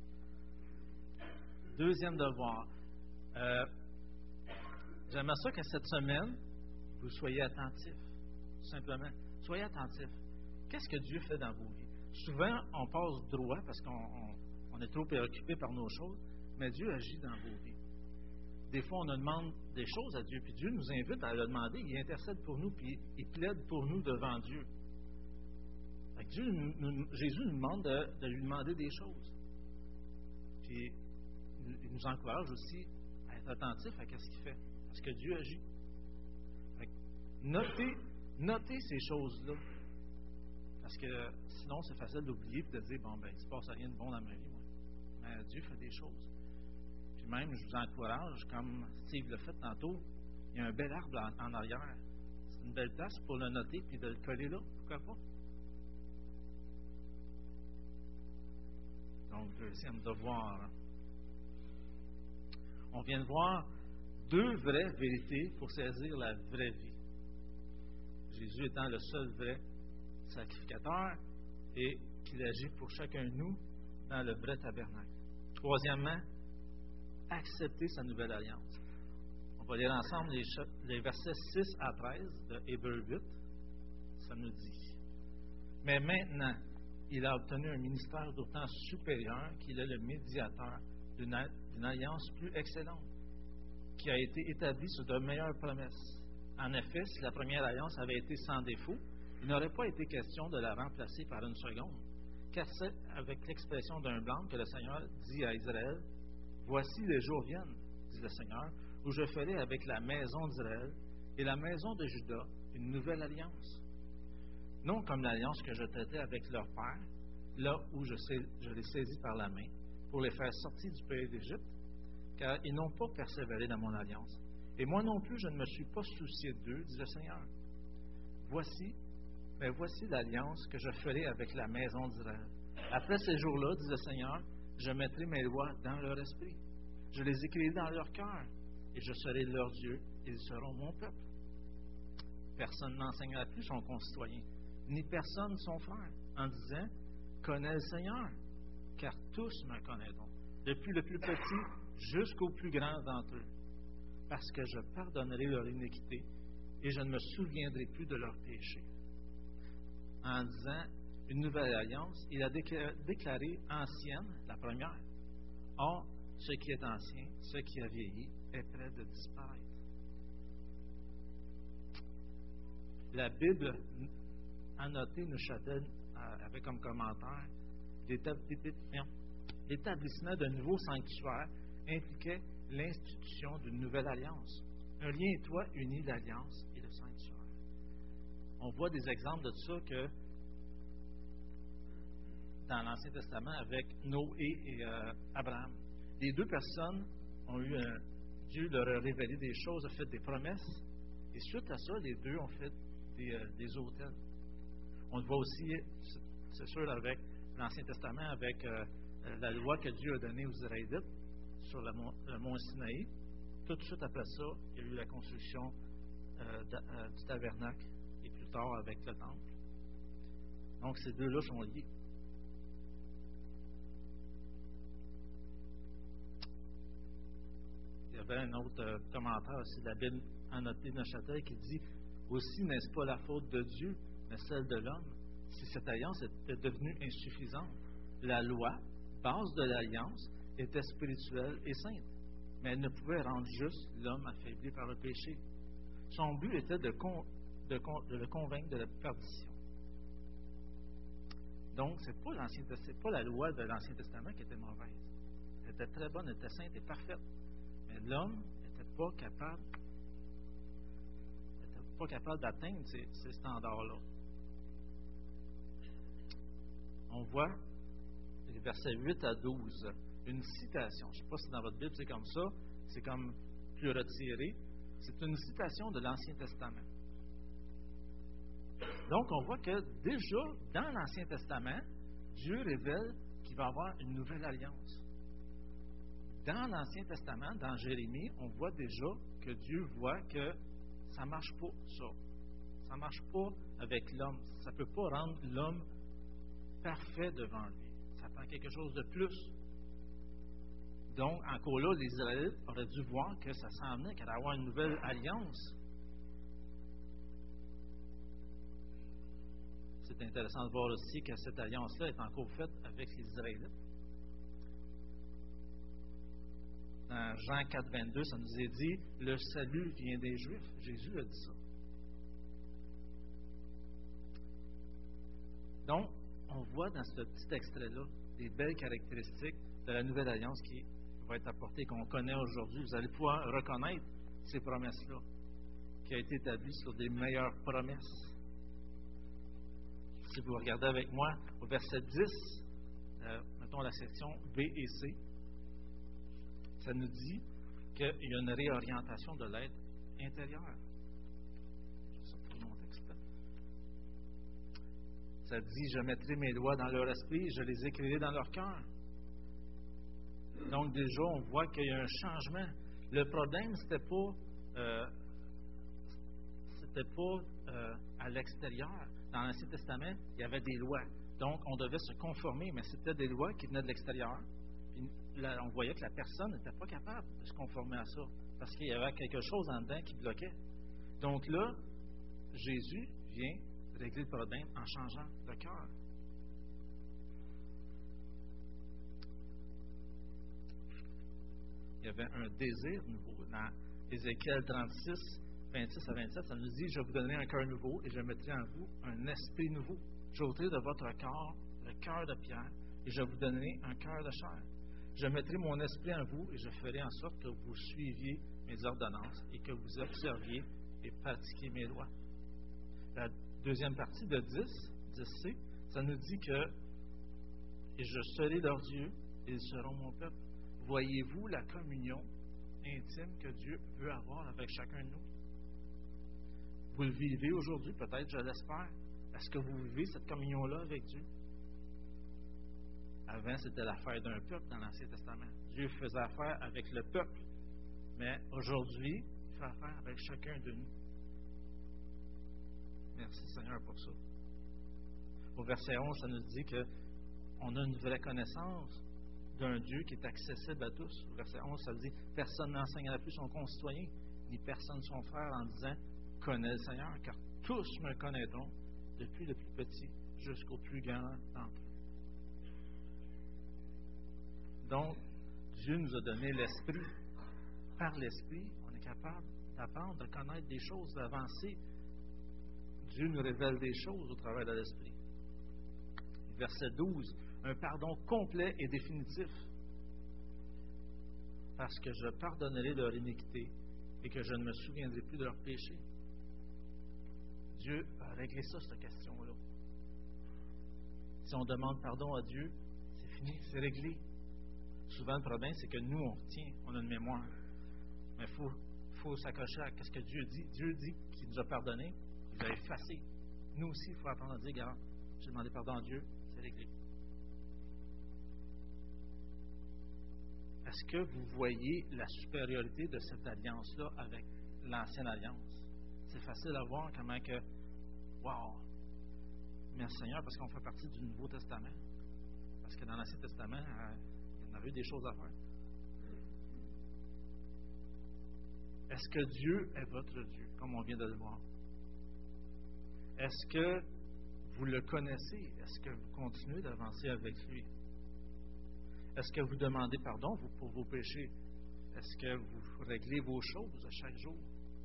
Deuxième devoir. Euh, J'aimerais ça que cette semaine, vous soyez attentifs. Tout simplement. Soyez attentifs. Qu'est-ce que Dieu fait dans vos vies? Souvent, on passe droit parce qu'on on, on est trop préoccupé par nos choses, mais Dieu agit dans vos vies. Des fois, on demande des choses à Dieu, puis Dieu nous invite à le demander. Il intercède pour nous, puis il plaide pour nous devant Dieu. Dieu nous, nous, Jésus nous demande de, de lui demander des choses. Puis, il nous encourage aussi à être attentifs à ce qu'il fait. Parce que Dieu agit. Notez, notez ces choses-là. Parce que sinon, c'est facile d'oublier et de dire, bon, ben, il ne se passe rien de bon dans ma vie, moi. Mais Dieu fait des choses. Puis même, je vous encourage, comme Steve l'a fait tantôt, il y a un bel arbre en, en arrière. C'est une belle place pour le noter et de le coller là. Pourquoi pas? Donc, deuxième devoir. On vient de voir deux vraies vérités pour saisir la vraie vie. Jésus étant le seul vrai sacrificateur et qu'il agit pour chacun de nous dans le vrai tabernacle. Troisièmement, accepter sa nouvelle alliance. On va lire ensemble les, les versets six à treize de Hébreux huit. Ça nous dit. Mais maintenant, il a obtenu un ministère d'autant supérieur qu'il est le médiateur d'une, d'une alliance plus excellente, qui a été établie sur de meilleures promesses. En effet, si la première alliance avait été sans défaut, il n'aurait pas été question de la remplacer par une seconde, car c'est avec l'expression d'un blanc que le Seigneur dit à Israël, « Voici les jours viennent, dit le Seigneur, où je ferai avec la maison d'Israël et la maison de Juda une nouvelle alliance. Non comme l'alliance que je traitais avec leur père, là où je, sais, je les saisis par la main, pour les faire sortir du pays d'Égypte, car ils n'ont pas persévéré dans mon alliance. Et moi non plus, je ne me suis pas soucié d'eux, dit le Seigneur. Voici, mais voici l'alliance que je ferai avec la maison d'Israël. Après ces jours-là, dit le Seigneur, je mettrai mes lois dans leur esprit. Je les écrirai dans leur cœur, et je serai leur Dieu, et ils seront mon peuple. Personne n'enseignera plus son concitoyen, ni personne son frère, en disant, connais le Seigneur, car tous me connaîtront, depuis le plus petit jusqu'au plus grand d'entre eux, parce que je pardonnerai leur iniquité et je ne me souviendrai plus de leurs péchés. En disant une nouvelle alliance, il a déclaré ancienne, la première. Or, ce qui est ancien, ce qui a vieilli, est près de disparaître. La Bible annotée Neuchâtel avait comme commentaire l'établissement d'un nouveau sanctuaire impliquait l'institution d'une nouvelle alliance. Un lien étroit unit l'alliance et le sanctuaire. On voit des exemples de ça que dans l'Ancien Testament avec Noé et euh, Abraham. Les deux personnes ont eu un, Dieu leur a révélé des choses, a fait des promesses, et suite à ça, les deux ont fait des, euh, des autels. On le voit aussi, c'est sûr, avec l'Ancien Testament, avec euh, la loi que Dieu a donnée aux Israélites sur le mont, le mont Sinaï. Tout de suite après ça, il y a eu la construction euh, de, euh, du tabernacle et plus tard avec le temple. Donc, ces deux-là sont liés. Il y avait un autre euh, commentaire aussi de la Bible annotée de Neuchâtel qui dit aussi, n'est-ce pas la faute de Dieu, mais celle de l'homme, si cette alliance était devenue insuffisante? La loi, base de l'alliance, était spirituelle et sainte, mais elle ne pouvait rendre juste l'homme affaibli par le péché. Son but était de, con, de, con, de le convaincre de la perdition. Donc, ce n'est pas, pas la loi de l'Ancien Testament qui était mauvaise. Elle était très bonne, elle était sainte et parfaite. Mais l'homme n'était pas capable, n'était pas capable d'atteindre ces, ces standards-là. On voit les versets huit à douze, une citation. Je ne sais pas si dans votre Bible c'est comme ça, c'est comme plus retiré. C'est une citation de l'Ancien Testament. Donc, on voit que déjà, dans l'Ancien Testament, Dieu révèle qu'il va y avoir une nouvelle alliance. Dans l'Ancien Testament, dans Jérémie, on voit déjà que Dieu voit que ça ne marche pas, ça. Ça ne marche pas avec l'homme. Ça ne peut pas rendre l'homme parfait devant lui. Ça prend quelque chose de plus. Donc, encore là, les Israélites auraient dû voir que ça s'en venait, qu'il allait y avoir une nouvelle alliance. C'est intéressant de voir aussi que cette alliance-là est encore faite avec les Israélites. Dans Jean quatre, vingt-deux, ça nous est dit « Le salut vient des Juifs ». Jésus a dit ça. Donc, on voit dans ce petit extrait-là des belles caractéristiques de la nouvelle alliance qui va être apportée, qu'on connaît aujourd'hui. Vous allez pouvoir reconnaître ces promesses-là, qui a été établie sur des meilleures promesses. Si vous regardez avec moi au verset dix, euh, mettons la section B et C, ça nous dit qu'il y a une réorientation de l'être intérieur. Je vais sortir mon texte là. Ça dit, je mettrai mes lois dans leur esprit, je les écrirai dans leur cœur. Donc déjà, on voit qu'il y a un changement. Le problème, c'était pas, euh, c'était pas euh, à l'extérieur. Dans l'Ancien Testament, il y avait des lois. Donc, on devait se conformer, mais c'était des lois qui venaient de l'extérieur. Puis là, on voyait que la personne n'était pas capable de se conformer à ça, parce qu'il y avait quelque chose en dedans qui bloquait. Donc là, Jésus vient régler le problème en changeant le cœur. Il y avait un désir nouveau. Dans Ézéchiel trente-six, vingt-six à vingt-sept, ça nous dit « Je vous donnerai un cœur nouveau et je mettrai en vous un esprit nouveau. J'ôterai de votre corps le cœur de pierre et je vous donnerai un cœur de chair. Je mettrai mon esprit en vous et je ferai en sorte que vous suiviez mes ordonnances et que vous observiez et pratiquiez mes lois. » La deuxième partie de dix, dix C, ça nous dit que « Et je serai leur Dieu et ils seront mon peuple. » Voyez-vous la communion intime que Dieu veut avoir avec chacun de nous? Vous le vivez aujourd'hui, peut-être, je l'espère. Est-ce que vous vivez cette communion-là avec Dieu? Avant, c'était l'affaire d'un peuple dans l'Ancien Testament. Dieu faisait affaire avec le peuple. Mais aujourd'hui, il fait affaire avec chacun de nous. Merci Seigneur pour ça. Au verset onze, ça nous dit qu'on a une vraie connaissance d'un Dieu qui est accessible à tous. Au verset onze, ça dit « Personne n'enseignera plus son concitoyen, ni personne son frère en disant « Connais le Seigneur, car tous me connaîtront, depuis le plus petit jusqu'au plus grand d'entre eux. » Donc, Dieu nous a donné l'Esprit. Par l'Esprit, on est capable d'apprendre, de connaître des choses, d'avancer. Dieu nous révèle des choses au travers de l'Esprit. Verset douze, un pardon complet et définitif. Parce que je pardonnerai leur iniquité et que je ne me souviendrai plus de leurs péchés. Dieu a réglé ça, cette question-là. Si on demande pardon à Dieu, c'est fini, c'est réglé. Souvent, le problème, c'est que nous, on retient, on a une mémoire. Mais il faut, faut s'accrocher à ce que Dieu dit. Dieu dit qu'il nous a pardonné, il nous a effacé. Nous aussi, il faut apprendre à dire, regarde, j'ai demandé pardon à Dieu, c'est réglé. Est-ce que vous voyez la supériorité de cette alliance-là avec l'ancienne alliance? C'est facile à voir comment que, wow, merci Seigneur, parce qu'on fait partie du Nouveau Testament. Parce que dans l'Ancien Testament, euh, il y en avait eu des choses à faire. Est-ce que Dieu est votre Dieu, comme on vient de le voir? Est-ce que vous le connaissez? Est-ce que vous continuez d'avancer avec lui? Est-ce que vous demandez pardon vous, pour vos péchés? Est-ce que vous réglez vos choses à chaque jour?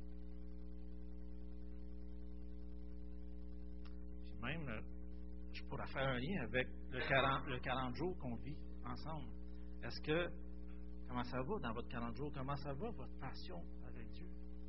Puis même, je pourrais faire un lien avec le quarante, le quarante jours qu'on vit ensemble. Est-ce que Comment ça va dans votre quarante jours? Comment ça va votre passion avec Dieu?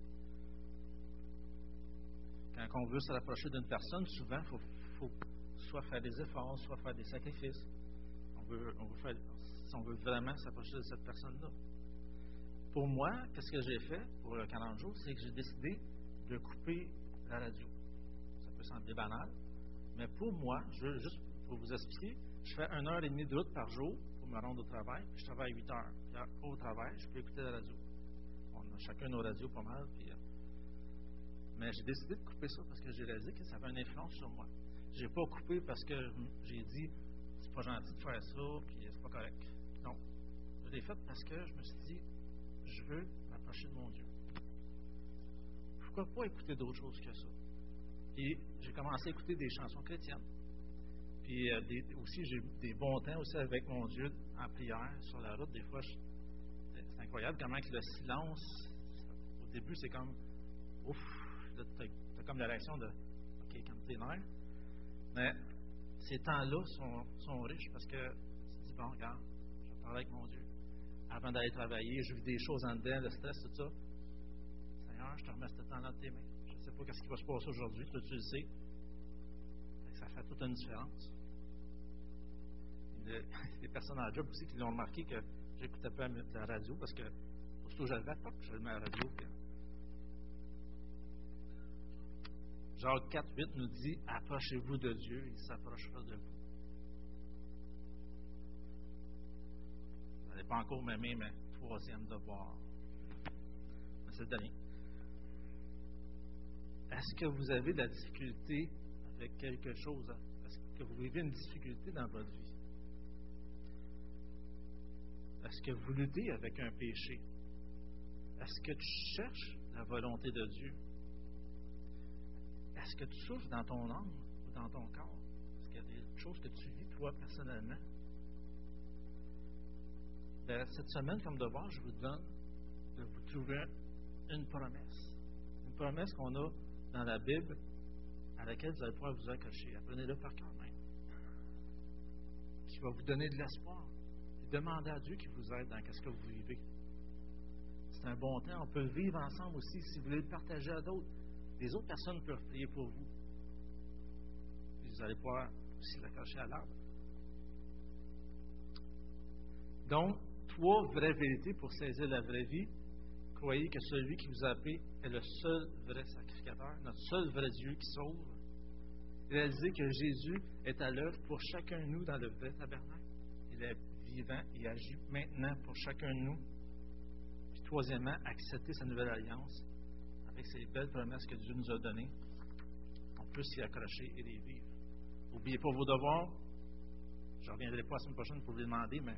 Quand on veut se rapprocher d'une personne, souvent, il faut, faut soit faire des efforts, soit faire des sacrifices. On veut, on veut faire, si on veut vraiment s'approcher de cette personne-là. Pour moi, qu'est-ce que j'ai fait pour le quarante jours? C'est que j'ai décidé de couper la radio. Ça peut sembler banal, mais pour moi, je, juste pour vous expliquer, je fais une heure et demie de route par jour pour me rendre au travail, puis je travaille huit heures. Puis au travail, je peux écouter la radio. On a chacun nos radios pas mal, puis, euh, mais j'ai décidé de couper ça parce que j'ai réalisé que ça avait une influence sur moi. Je n'ai pas coupé parce que j'ai dit c'est pas gentil de faire ça, puis c'est pas correct. Non. Je l'ai fait parce que je me suis dit je veux m'approcher de mon Dieu. Pourquoi pas écouter d'autres choses que ça? Puis j'ai commencé à écouter des chansons chrétiennes. Puis euh, des, aussi, j'ai eu des bons temps aussi avec mon Dieu en prière sur la route. Des fois, je, c'est incroyable comment que le silence, au début, c'est comme ouf, là, t'as, t'as comme la réaction de OK, comme tes nerfs. Mais ces temps-là sont, sont riches parce que tu te dis bon, regarde, je vais parler avec mon Dieu. Avant d'aller travailler, je vis des choses en dedans, le stress, tout ça. Seigneur, je te remets ce temps-là de tes mains. Je ne sais pas ce qui va se passer aujourd'hui, toi tu le sais. Ça fait toute une différence. Il y a des personnes à la job aussi qui l'ont remarqué que j'écoutais pas la radio parce que aussitôt que je l'avais, je le mets à la radio. Puis... Jacques quatre huit nous dit « Approchez-vous de Dieu, il s'approchera de vous. » Vous n'allez pas encore m'aimer, mais troisième devoir. Mais c'est le dernier. Est-ce que vous avez de la difficulté avec quelque chose? Est-ce que vous vivez une difficulté dans votre vie? Est-ce que vous luttez avec un péché? Est-ce que tu cherches la volonté de Dieu? Est-ce que tu souffres dans ton âme ou dans ton corps? Est-ce qu'il y a des choses que tu vis, toi, personnellement? Bien, cette semaine, comme devoir, je vous donne de vous trouver une promesse. Une promesse qu'on a dans la Bible à laquelle vous allez pouvoir vous accrocher. Apprenez-le par cœur même. Qui va vous donner de l'espoir. Et demandez à Dieu qui vous aide dans ce que vous vivez. C'est un bon temps. On peut le vivre ensemble aussi si vous voulez le partager à d'autres. Les autres personnes peuvent prier pour vous. Puis vous allez pouvoir aussi l'accrocher à l'arbre. Donc, trois vraies vérités pour saisir la vraie vie. Croyez que celui qui vous a appelé est le seul vrai sacrificateur, notre seul vrai Dieu qui sauve. Réalisez que Jésus est à l'œuvre pour chacun de nous dans le vrai tabernacle. Il est vivant et agit maintenant pour chacun de nous. Puis troisièmement, accepter sa nouvelle alliance avec ces belles promesses que Dieu nous a données. On peut s'y accrocher et les vivre. N'oubliez pas vos devoirs. Je ne reviendrai pas la semaine prochaine pour vous les demander, mais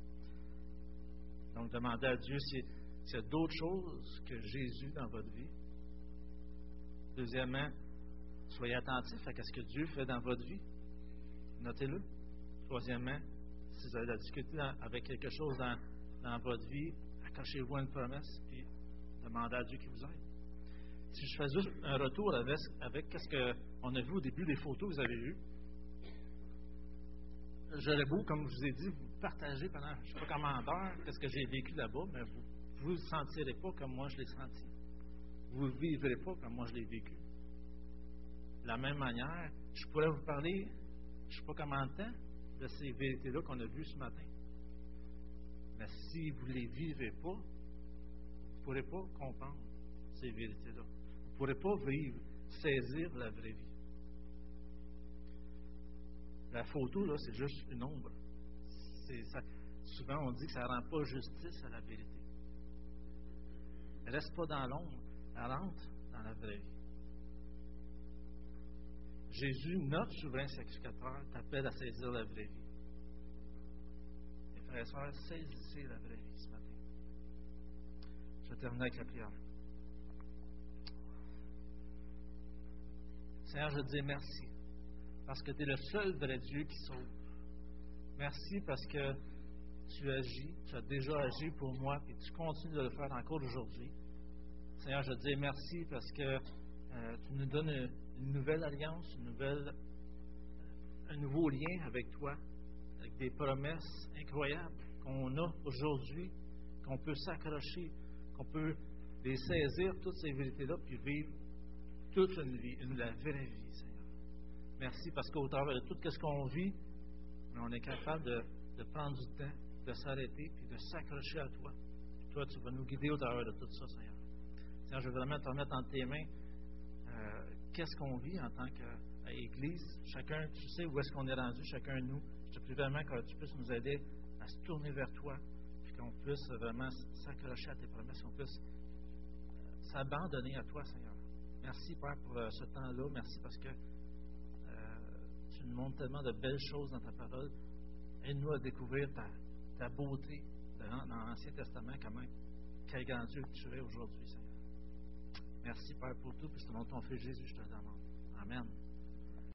donc demandez à Dieu si S'il y a d'autres choses que Jésus dans votre vie. Deuxièmement, soyez attentifs à ce que Dieu fait dans votre vie. Notez-le. Troisièmement, si vous avez de la difficulté dans, avec quelque chose dans, dans votre vie, accrochez-vous à une promesse puis demandez à Dieu qui vous aide. Si je fais juste un retour avec, avec ce qu'on a vu au début, les photos que vous avez vues, j'aurais beau, comme je vous ai dit, vous partager pendant, je ne sais pas comment d'heure, qu'est-ce que j'ai vécu là-bas, mais vous vous ne sentirez pas comme moi je l'ai senti. Vous ne vivrez pas comme moi je l'ai vécu. De la même manière, je pourrais vous parler, je ne sais pas comment de temps, de ces vérités-là qu'on a vues ce matin. Mais si vous ne les vivez pas, vous ne pourrez pas comprendre ces vérités-là. Vous ne pourrez pas vivre, saisir la vraie vie. La photo, là, c'est juste une ombre. C'est, ça, souvent, on dit que ça ne rend pas justice à la vérité. Elle ne reste pas dans l'ombre, elle rentre dans la vraie vie. Jésus, notre souverain sacrificateur, t'appelle à saisir la vraie vie. Mes frères et sœurs, saisissez la vraie vie ce matin. Je vais terminer avec la prière. Seigneur, je te dis merci, parce que tu es le seul vrai Dieu qui sauve. Merci parce que tu agis, tu as déjà agi pour moi et tu continues de le faire encore aujourd'hui. Seigneur, je te dis merci parce que euh, tu nous donnes une, une nouvelle alliance, une nouvelle, un nouveau lien avec toi, avec des promesses incroyables qu'on a aujourd'hui qu'on peut s'accrocher, qu'on peut les saisir, toutes ces vérités-là, puis vivre toute une vie, une, la vraie vie, Seigneur. Merci parce qu'au travers de tout ce qu'on vit, on est capable de, de prendre du temps, de s'arrêter, puis de s'accrocher à toi. Puis toi, tu vas nous guider au travers de tout ça, Seigneur. Seigneur, je veux vraiment te remettre entre tes mains euh, qu'est-ce qu'on vit en tant qu'Église. Chacun, tu sais où est-ce qu'on est rendu, chacun de nous. Je te prie vraiment que tu puisses nous aider à se tourner vers toi, puis qu'on puisse vraiment s'accrocher à tes promesses, qu'on puisse euh, s'abandonner à toi, Seigneur. Merci, Père, pour euh, ce temps-là. Merci parce que euh, tu nous montres tellement de belles choses dans ta parole. Aide-nous à découvrir ta, ta beauté dans, dans l'Ancien Testament, comment, quel grand Dieu que tu es aujourd'hui, Seigneur. Merci, Père, pour tout, puis c'est dans ton Fils Jésus, je te le demande. Amen.